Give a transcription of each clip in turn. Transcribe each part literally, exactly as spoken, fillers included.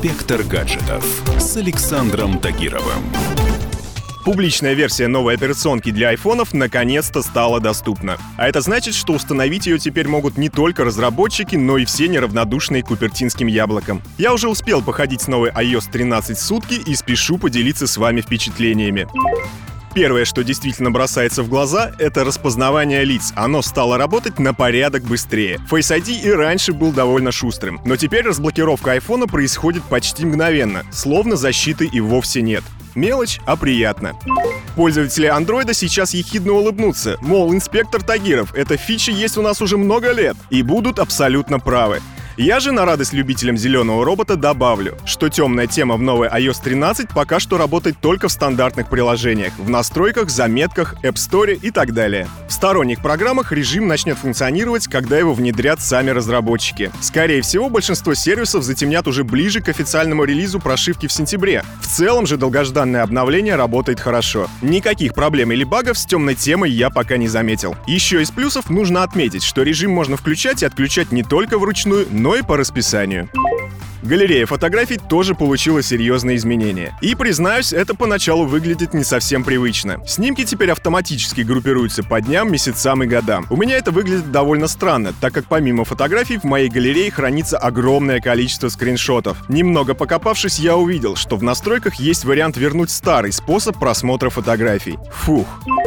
Инспектор гаджетов с Александром Тагировым. Публичная версия новой операционки для айфонов наконец-то стала доступна. А это значит, что установить ее теперь могут не только разработчики, но и все неравнодушные к купертинским яблокам. Я уже успел походить с новой ай о эс тринадцать сутки и спешу поделиться с вами впечатлениями. Первое, что действительно бросается в глаза, это распознавание лиц. Оно стало работать на порядок быстрее. Face ай ди и раньше был довольно шустрым, но теперь разблокировка айфона происходит почти мгновенно, словно защиты и вовсе нет. Мелочь, а приятно. Пользователи андроида сейчас ехидно улыбнутся, мол, инспектор Тагиров, эта фича есть у нас уже много лет, и будут абсолютно правы. Я же на радость любителям зеленого робота добавлю, что темная тема в новой ай о эс тринадцать пока что работает только в стандартных приложениях, в настройках, заметках, App Store и так далее. В сторонних программах режим начнет функционировать, когда его внедрят сами разработчики. Скорее всего, большинство сервисов затемнят уже ближе к официальному релизу прошивки в сентябре. В целом же долгожданное обновление работает хорошо. Никаких проблем или багов с темной темой я пока не заметил. Еще из плюсов нужно отметить, что режим можно включать и отключать не только вручную, но и по расписанию. Галерея фотографий тоже получила серьезные изменения. И, признаюсь, это поначалу выглядит не совсем привычно. Снимки теперь автоматически группируются по дням, месяцам и годам. У меня это выглядит довольно странно, так как помимо фотографий в моей галерее хранится огромное количество скриншотов. Немного покопавшись, я увидел, что в настройках есть вариант вернуть старый способ просмотра фотографий. Фух.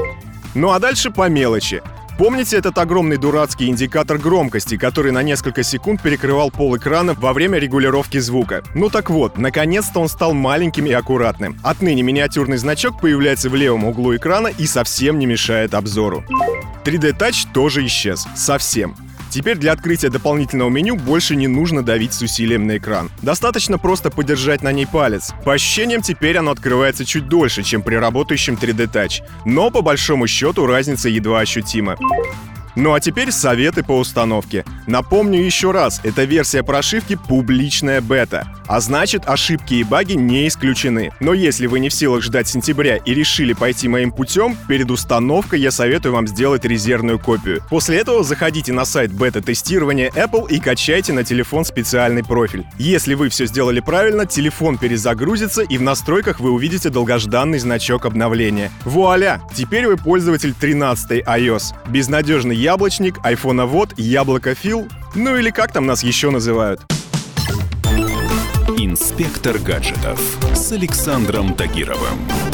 Ну а дальше по мелочи. Помните этот огромный дурацкий индикатор громкости, который на несколько секунд перекрывал пол экрана во время регулировки звука? Ну так вот, наконец-то он стал маленьким и аккуратным. Отныне миниатюрный значок появляется в левом углу экрана и совсем не мешает обзору. три дэ Touch тоже исчез. Совсем. Теперь для открытия дополнительного меню больше не нужно давить с усилием на экран. Достаточно просто подержать на ней палец. По ощущениям, теперь оно открывается чуть дольше, чем при работающем три дэ Touch. Но по большому счету разница едва ощутима. Ну а теперь советы по установке. Напомню еще раз, эта версия прошивки публичная бета, а значит, ошибки и баги не исключены. Но если вы не в силах ждать сентября и решили пойти моим путем, перед установкой я советую вам сделать резервную копию. После этого заходите на сайт бета-тестирования Apple и качайте на телефон специальный профиль. Если вы все сделали правильно, телефон перезагрузится и в настройках вы увидите долгожданный значок обновления. Вуаля! Теперь вы пользователь тринадцатой ай о эс. Безнадежный яблочник, айфоновод, яблокофил, ну или как там нас еще называют. Инспектор гаджетов с Александром Тагировым.